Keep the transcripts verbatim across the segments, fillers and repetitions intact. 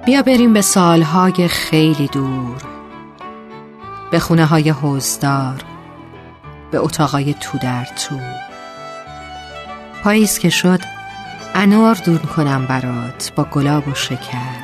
بیا بریم به سالهای خیلی دور، به خونه های حوضدار، به اتاقای تو در تو. پاییز که شد انار دون کنم برات با گلاب و شکر.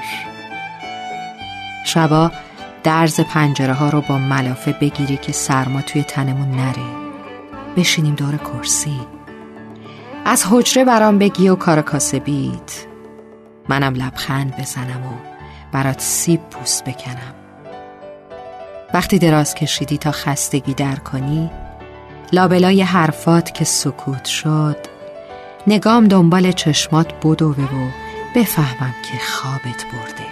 شبا درز پنجره ها رو با ملافه بگیری که سرما توی تنمون نره. بشینیم دور کرسی، از حجره برام بگی و کار کاسبیت، منم لبخند بزنم و برات سیب پوست بکنم. وقتی دراز کشیدی تا خستگی در کنی، لابلای حرفات که سکوت شد، نگام دنبال چشمات بدوه و بفهمم که خوابت برده.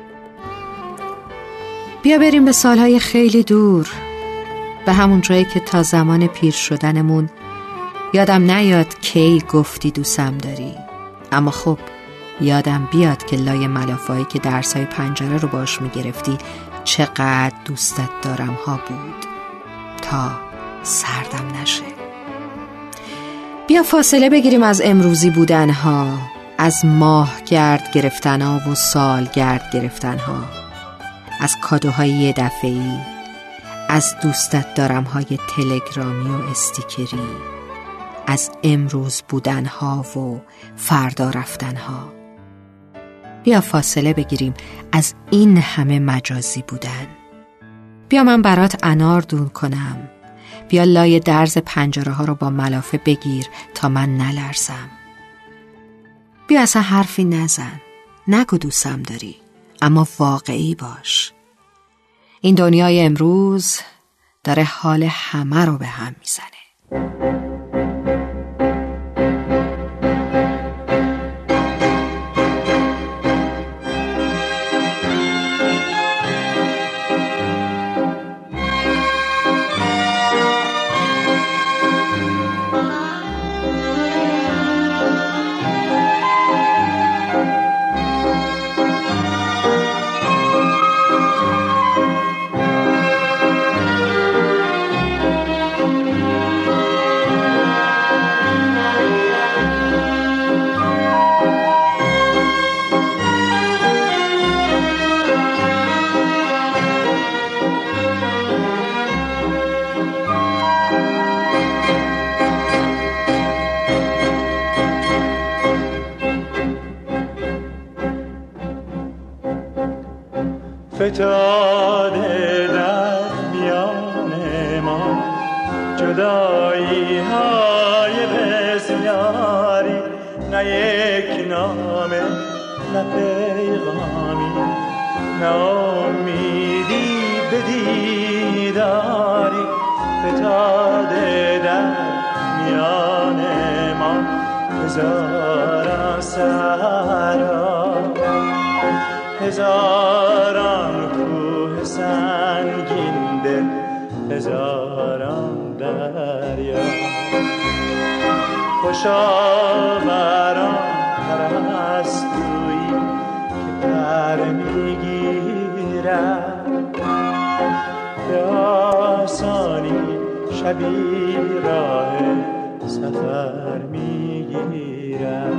بیا بریم به سالهای خیلی دور، به همون جایی که تا زمان پیر شدنمون یادم نیاد کی گفتی دوستم داری، اما خب یادم بیاد که لای ملافه‌ای که درسای پنجره رو باش میگرفتی چقدر دوستت دارم ها بود تا سردم نشه. بیا فاصله بگیریم از امروزی بودن ها، از ماه گرد گرفتن ها و سال گرد گرفتن ها، از کادوهای یه دفعی، از دوستت دارم های تلگرامی و استیکری، از امروز بودن ها و فردا رفتن ها. بیا فاصله بگیریم از این همه مجازی بودن. بیا من برات انار دون کنم، بیا لای درز پنجره ها رو با ملافه بگیر تا من نلرزم. بیا اصلا حرفی نزن، نگو دوستم داری، اما واقعی باش. این دنیای امروز داره حال همه رو به هم میزنه. فتاده در میان ما جدایی های بسیاری، نه یک نامه نه پیغامی، نه امیدی به دیداری. فتاده در میان ما هزاران صحرا، هزاران کوه سنگین دل، هزاران دریا. خوشا بران پرستویی که پر میگیرد، به آسانی شبی راه سفر میگیرد.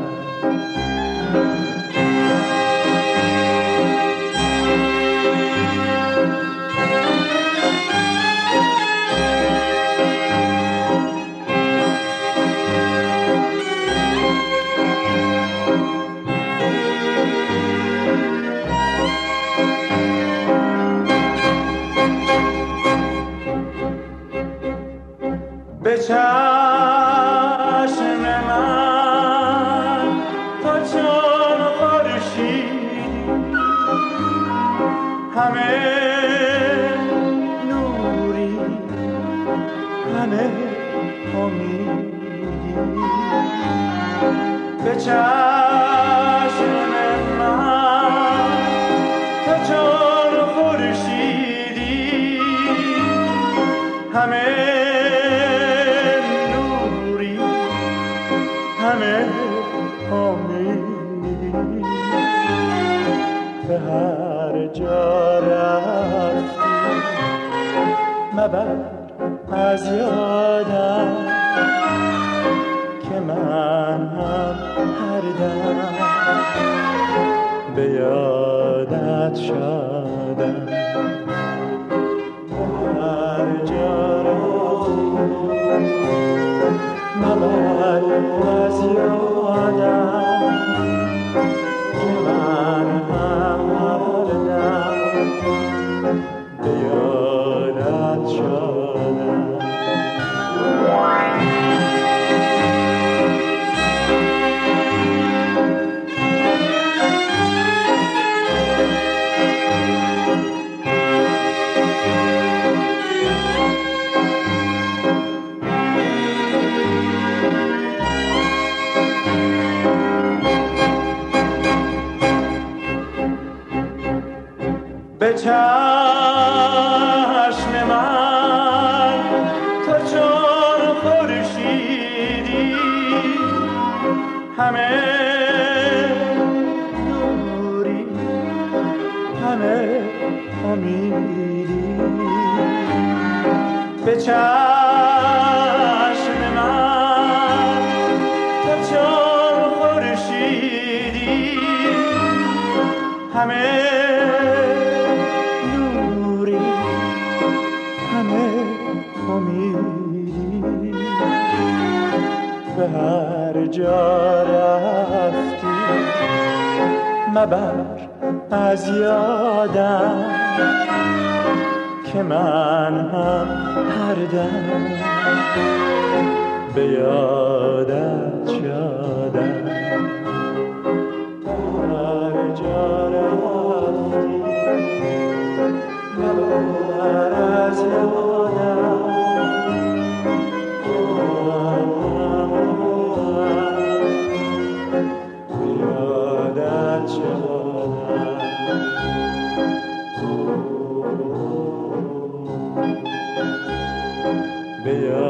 به چشم من تو چون خورشید، همه نوری همه امیدی. به چشم من تو چون خورشیدی، همه همه امیدی. به هر جا رفتی مبر از یادم، که من هم هر دم به یاد یادت شدم هر جا رفتی مبر از یادم که من هم هر دم به یادت شدم. به چشم من تو چون خورشیدی همه نوری همه امیدی به چشم من تو چون خورشیدی همه به هر جا رفتی مبر از یادم که من هم هر دم به یادت شدم. هر جا رفتی مبر از یادم به